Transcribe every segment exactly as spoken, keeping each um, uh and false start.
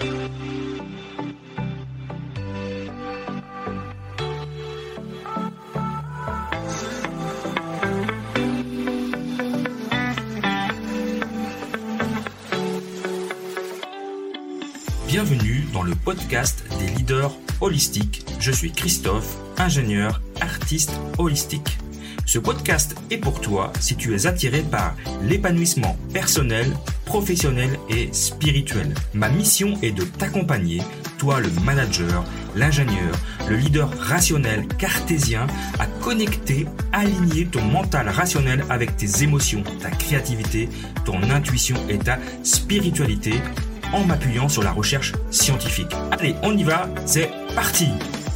Bienvenue dans le podcast des leaders holistiques. Je suis Christophe, ingénieur, artiste holistique. Ce podcast est pour toi si tu es attiré par l'épanouissement personnel, professionnel et spirituel. Ma mission est de t'accompagner, toi le manager, l'ingénieur, le leader rationnel cartésien, à connecter, aligner ton mental rationnel avec tes émotions, ta créativité, ton intuition et ta spiritualité, en m'appuyant sur la recherche scientifique. Allez, on y va, c'est parti!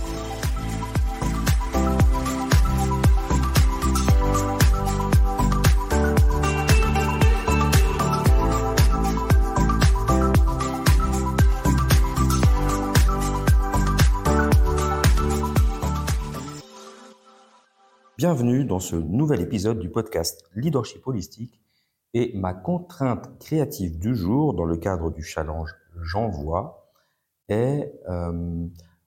Bienvenue dans ce nouvel épisode du podcast Leadership Holistique. Et ma contrainte créative du jour, dans le cadre du challenge J'envoie, est euh,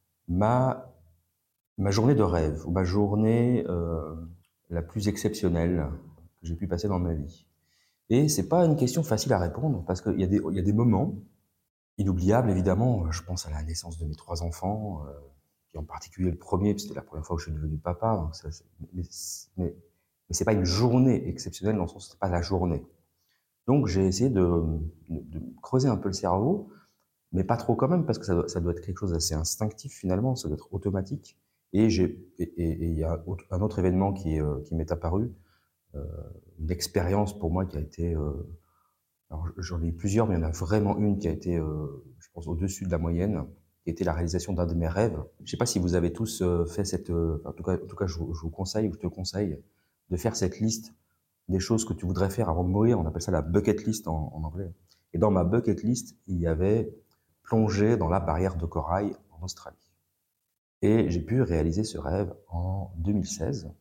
ma, ma journée de rêve, ou ma journée euh, la plus exceptionnelle que j'ai pu passer dans ma vie. Et c'est pas une question facile à répondre, parce qu'il y a des, il y a des moments inoubliables, évidemment. Je pense à la naissance de mes trois enfants, euh, et en particulier le premier, parce que c'était la première fois que je suis devenu papa. Donc ça, mais, mais Mais c'est pas une journée exceptionnelle dans le sens où c'est pas la journée. Donc j'ai essayé de, de, de creuser un peu le cerveau, mais pas trop quand même, parce que ça doit, ça doit être quelque chose d'assez instinctif finalement, ça doit être automatique. Et j'ai et il y a un autre événement qui, est, qui m'est apparu, euh, une expérience pour moi qui a été, euh, alors j'en ai eu plusieurs, mais il y en a vraiment une qui a été, euh, je pense, au-dessus de la moyenne, qui était la réalisation d'un de mes rêves. Je sais pas si vous avez tous fait cette, euh, en tout cas, en tout cas je, je vous conseille, ou je te conseille, de faire cette liste des choses que tu voudrais faire avant de mourir. On appelle ça la bucket list en, en anglais. Et dans ma bucket list, il y avait plonger dans la barrière de corail en Australie. Et j'ai pu réaliser ce rêve en deux mille seize,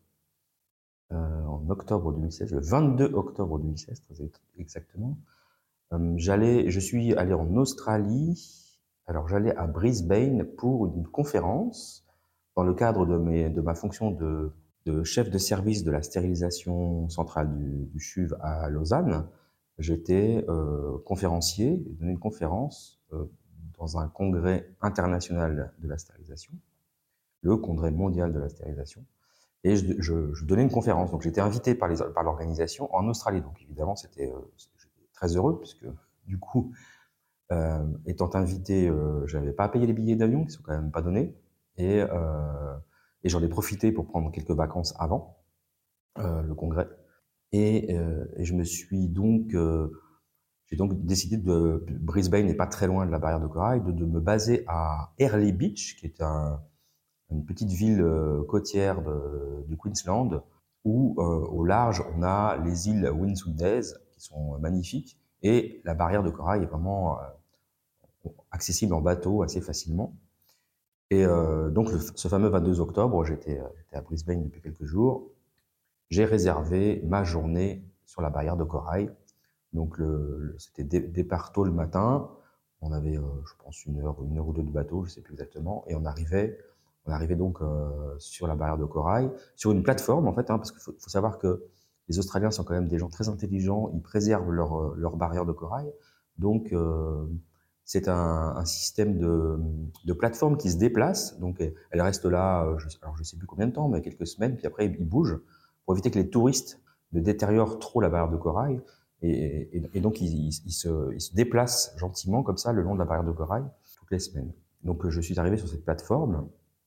euh, en octobre deux mille seize, le vingt-deux octobre deux mille seize, très exactement. Euh, j'allais, je suis allé en Australie. Alors j'allais à Brisbane pour une conférence dans le cadre de, mes, de ma fonction de de chef de service de la stérilisation centrale du, du C H U V à Lausanne. J'étais euh, conférencier, je donnais une conférence euh, dans un congrès international de la stérilisation, le congrès mondial de la stérilisation, et je, je, je donnais une conférence. Donc j'étais invité par, les, par l'organisation en Australie. Donc évidemment, c'était, euh, j'étais très heureux, puisque du coup, euh, étant invité, euh, j'avais pas à payer les billets d'avion, qui sont quand même pas donnés, et euh, Et j'en ai profité pour prendre quelques vacances avant euh, le congrès. Et, euh, et je me suis donc, euh, j'ai donc décidé de, Brisbane n'est pas très loin de la barrière de corail, de, de me baser à Airlie Beach, qui est un, une petite ville euh, côtière de, du Queensland, où euh, au large on a les îles Whitsundays qui sont magnifiques, et la barrière de corail est vraiment euh, accessible en bateau assez facilement. Et euh, donc, le, ce fameux vingt-deux octobre, j'étais, j'étais à Brisbane depuis quelques jours. J'ai réservé ma journée sur la barrière de corail. Donc, le, le, c'était dé, départ tôt le matin. On avait, euh, je pense, une heure, une heure ou deux de bateau, je sais plus exactement. Et on arrivait, on arrivait donc euh, sur la barrière de corail, sur une plateforme en fait, hein, parce qu'il faut, faut savoir que les Australiens sont quand même des gens très intelligents. Ils préservent leur, leur barrière de corail. Donc, euh, c'est un, un système de, de plateforme qui se déplace, donc elle reste là, je, alors je sais plus combien de temps, mais quelques semaines, puis après il bouge pour éviter que les touristes ne détériorent trop la barrière de corail, et, et, et donc il, il, il, se, il se déplace gentiment comme ça le long de la barrière de corail toutes les semaines. Donc je suis arrivé sur cette plateforme,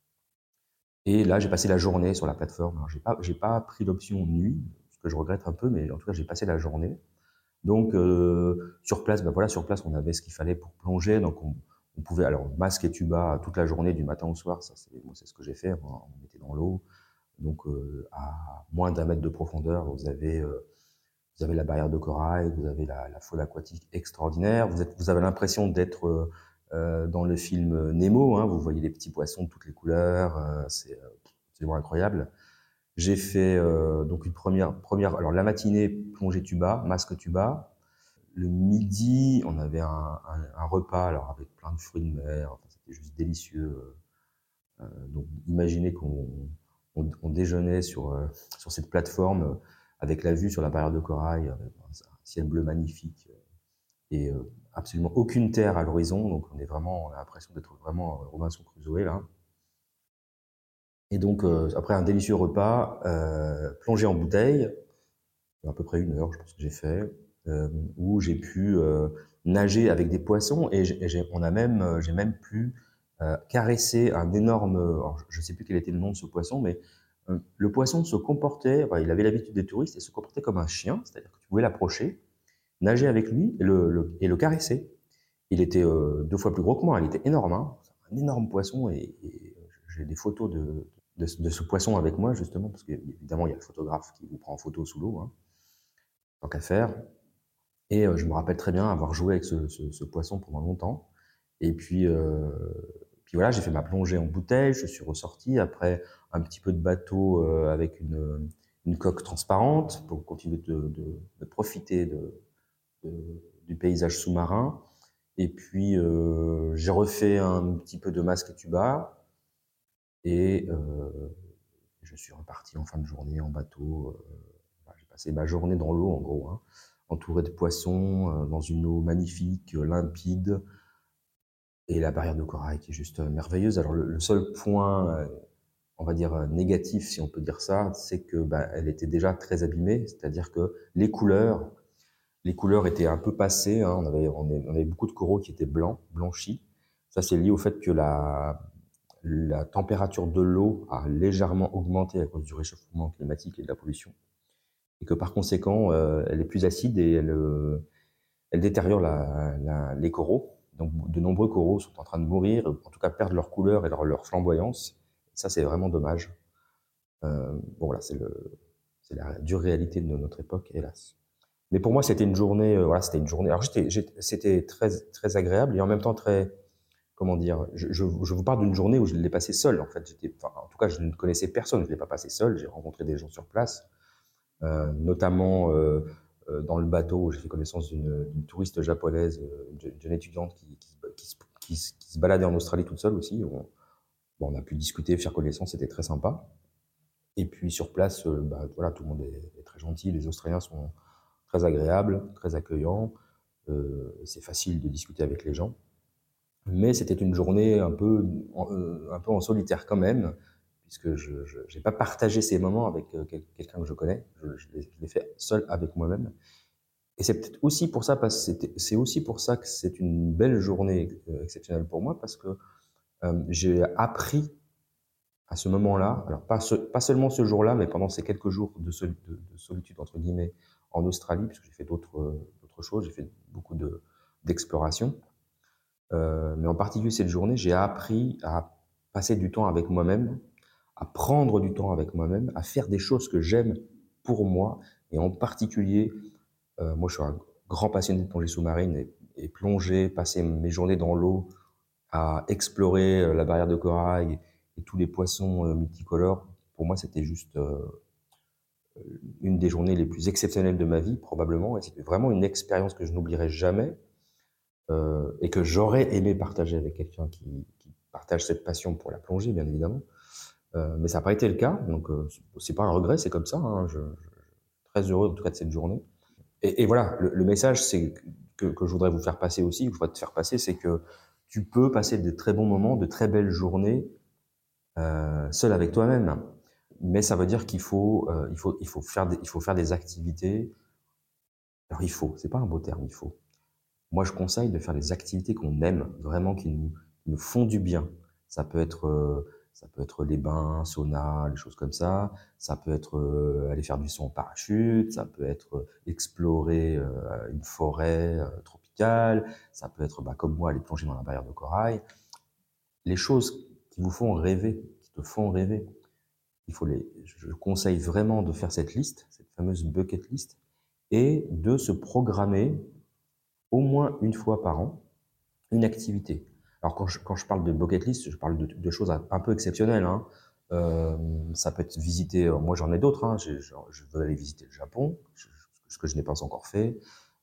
et là j'ai passé la journée sur la plateforme. Alors j'ai pas, j'ai pas pris l'option nuit, ce que je regrette un peu, mais en tout cas j'ai passé la journée. Donc euh, sur place, ben voilà, sur place on avait ce qu'il fallait pour plonger, donc on, on pouvait, alors masque et tuba toute la journée du matin au soir, ça c'est, moi c'est ce que j'ai fait, on était dans l'eau, donc euh, à moins d'un mètre de profondeur, vous avez, euh, vous avez la barrière de corail, vous avez la, la faune aquatique extraordinaire, vous, êtes, vous avez l'impression d'être euh, dans le film Nemo, hein, vous voyez les petits poissons de toutes les couleurs, euh, c'est absolument incroyable. J'ai fait euh, donc une première, première, alors la matinée plongée tuba, masque tuba. le midi, on avait un, un, un repas alors avec plein de fruits de mer, enfin, c'était juste délicieux. Euh, donc imaginez qu'on on, on déjeunait sur, euh, sur cette plateforme euh, avec la vue sur la barrière de corail, avec un ciel bleu magnifique et euh, absolument aucune terre à l'horizon, donc on est vraiment, on a l'impression d'être vraiment Robinson Crusoe là. Et donc euh, après un délicieux repas, euh, plongé en bouteille, à peu près une heure, je pense que j'ai fait, euh, où j'ai pu euh, nager avec des poissons et j'ai, on a même, euh, j'ai même pu euh, caresser un énorme, alors je ne sais plus quel était le nom de ce poisson, mais euh, le poisson se comportait, enfin, il avait l'habitude des touristes et se comportait comme un chien, c'est-à-dire que tu pouvais l'approcher, nager avec lui et le, le, et le caresser. Il était euh, deux fois plus gros que moi, il était énorme, hein, un énorme poisson et, et j'ai des photos de, de, de ce poisson avec moi justement, parce qu'évidemment il y a le photographe qui vous prend en photo sous l'eau, hein, tant qu'à faire. Et euh, je me rappelle très bien avoir joué avec ce, ce, ce poisson pendant longtemps. Et puis, euh, puis voilà, j'ai fait ma plongée en bouteille, je suis ressorti après un petit peu de bateau euh, avec une, une coque transparente pour continuer de, de, de profiter de, de, du paysage sous-marin. Et puis, euh, j'ai refait un petit peu de masque et tuba et euh, je suis reparti en fin de journée en bateau. Euh, j'ai passé ma journée dans l'eau, en gros, hein, entouré de poissons, euh, dans une eau magnifique, euh, limpide, et la barrière de corail qui est juste euh, merveilleuse. Alors le, le seul point, euh, on va dire euh, négatif, si on peut dire ça, c'est que bah, elle était déjà très abîmée, c'est-à-dire que les couleurs, les couleurs étaient un peu passées. Hein, on avait, on avait, on avait beaucoup de coraux qui étaient blancs, blanchis. Ça, c'est lié au fait que la, la température de l'eau a légèrement augmenté à cause du réchauffement climatique et de la pollution, et que par conséquent, euh, elle est plus acide et elle, euh, elle détériore la, la, les coraux. Donc de nombreux coraux sont en train de mourir, en tout cas perdre leur couleur et leur, leur flamboyance. Ça, c'est vraiment dommage. Euh, bon, voilà, c'est le, c'est la dure réalité de notre époque, hélas. Mais pour moi, c'était une journée, euh, voilà, c'était une journée. Alors, j'étais, j'étais, c'était très, très agréable et en même temps très, comment dire, je, je, je vous parle d'une journée où je l'ai passée seul. En fait, j'étais, enfin, en tout cas, je ne connaissais personne. Je l'ai pas passé seul. J'ai rencontré des gens sur place, euh, notamment euh, euh, dans le bateau où j'ai fait connaissance d'une, d'une touriste japonaise, euh, d'une jeune étudiante qui, qui, qui, se- qui, se- qui se baladait en Australie toute seule aussi. On, bon, on a pu discuter, faire connaissance, c'était très sympa. Et puis sur place, euh, bah, voilà, tout le monde est, est très gentil. Les Australiens sont très agréables, très accueillants. Euh, c'est facile de discuter avec les gens. Mais c'était une journée un peu, en, euh, un peu en solitaire quand même, puisque je n'ai pas partagé ces moments avec euh, quel, quelqu'un que je connais. Je, je l'ai fait seul avec moi-même. Et c'est peut-être aussi pour ça, parce que c'est aussi pour ça que c'est une belle journée euh, exceptionnelle pour moi, parce que euh, j'ai appris à ce moment-là, alors pas, ce, pas seulement ce jour-là, mais pendant ces quelques jours de, sol, de, de solitude, entre guillemets, en Australie, puisque j'ai fait d'autres euh, choses, j'ai fait beaucoup de, d'exploration. Euh, mais en particulier cette journée, j'ai appris à passer du temps avec moi-même, à prendre du temps avec moi-même, à faire des choses que j'aime pour moi, et en particulier, euh, moi je suis un grand passionné de plongée sous-marine, et, et plonger, passer mes journées dans l'eau, à explorer euh, la barrière de corail et tous les poissons euh, multicolores, pour moi c'était juste euh, une des journées les plus exceptionnelles de ma vie, probablement, et c'était vraiment une expérience que je n'oublierai jamais, euh, et que j'aurais aimé partager avec quelqu'un qui, qui partage cette passion pour la plongée, bien évidemment. Euh, mais ça n'a pas été le cas, donc euh, c'est pas un regret, c'est comme ça. Hein, je, je, je suis très heureux en tout cas de cette journée. Et, et voilà, le, le message c'est que, que je voudrais vous faire passer aussi, que je voudrais te faire passer, c'est que tu peux passer de très bons moments, de très belles journées euh, seul avec toi-même. Mais ça veut dire qu'il faut, euh, il faut, il faut faire des, il faut faire des activités. Alors il faut, c'est pas un beau terme, il faut. Moi, je conseille de faire des activités qu'on aime, vraiment qui nous, qui nous font du bien. Ça peut être, euh, ça peut être les bains, sauna, les choses comme ça. Ça peut être euh, aller faire du saut en parachute. Ça peut être euh, explorer euh, une forêt euh, tropicale. Ça peut être, bah, comme moi, aller plonger dans la barrière de corail. Les choses qui vous font rêver, qui te font rêver, il faut les, je conseille vraiment de faire cette liste, cette fameuse bucket list, et de se programmer au moins une fois par an une activité. Alors quand je, quand je parle de bucket list, je parle de, de choses un peu exceptionnelles. Hein. Euh, ça peut être visiter, moi j'en ai d'autres, hein. je, je, je veux aller visiter le Japon, je, ce que je n'ai pas encore fait.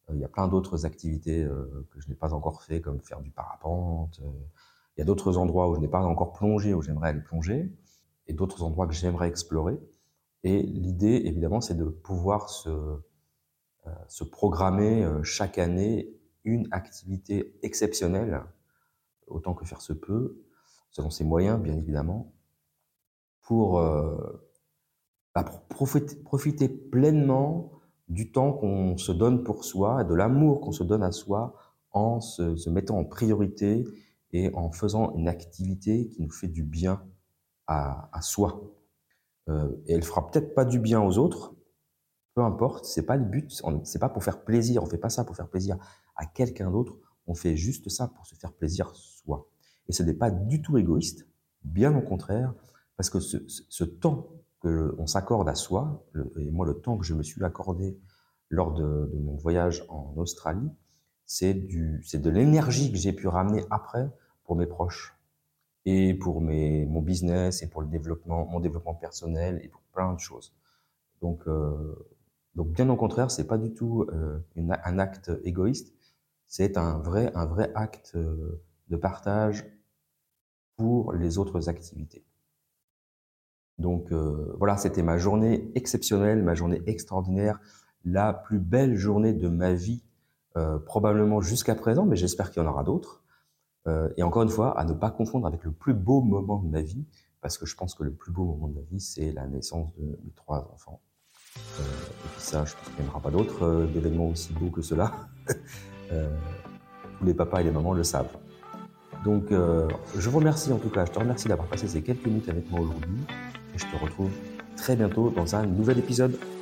Il y a plein d'autres activités euh, que je n'ai pas encore fait, comme faire du parapente. Euh, il y a d'autres endroits où je n'ai pas encore plongé, où j'aimerais aller plonger, et d'autres endroits que j'aimerais explorer. Et l'idée, évidemment, c'est de pouvoir se, euh, se programmer euh, chaque année une activité exceptionnelle, autant que faire se peut, selon ses moyens, bien évidemment, pour euh, bah, pour profiter, profiter pleinement du temps qu'on se donne pour soi, et de l'amour qu'on se donne à soi, en se, se mettant en priorité et en faisant une activité qui nous fait du bien à, à soi. Euh, et elle fera peut-être pas du bien aux autres, peu importe, c'est pas le but, on- c'est pas pour faire plaisir, on fait pas ça pour faire plaisir à quelqu'un d'autre, on fait juste ça pour se faire plaisir soi. Et ce n'est pas du tout égoïste, bien au contraire, parce que ce, ce- ce temps que on s'accorde à soi, le- et moi le temps que je me suis accordé lors de, de mon voyage en Australie, c'est du, c'est de l'énergie que j'ai pu ramener après pour mes proches et pour mes, mon business et pour le développement, mon développement personnel et pour plein de choses. Donc, euh, donc bien au contraire, c'est pas du tout euh, une, un acte égoïste, c'est un vrai, un vrai acte euh, de partage pour les autres activités. Donc euh, voilà, c'était ma journée exceptionnelle, ma journée extraordinaire, la plus belle journée de ma vie, euh, probablement jusqu'à présent, mais j'espère qu'il y en aura d'autres. Euh, et encore une fois, à ne pas confondre avec le plus beau moment de ma vie, parce que je pense que le plus beau moment de ma vie, c'est la naissance de mes trois enfants. Euh, et puis ça, je pense qu'il n'y en aura pas d'autres euh, d'événements aussi beaux que cela. Euh, tous les papas et les mamans le savent. Donc, euh, je vous remercie en tout cas, je te remercie d'avoir passé ces quelques minutes avec moi aujourd'hui et je te retrouve très bientôt dans un nouvel épisode.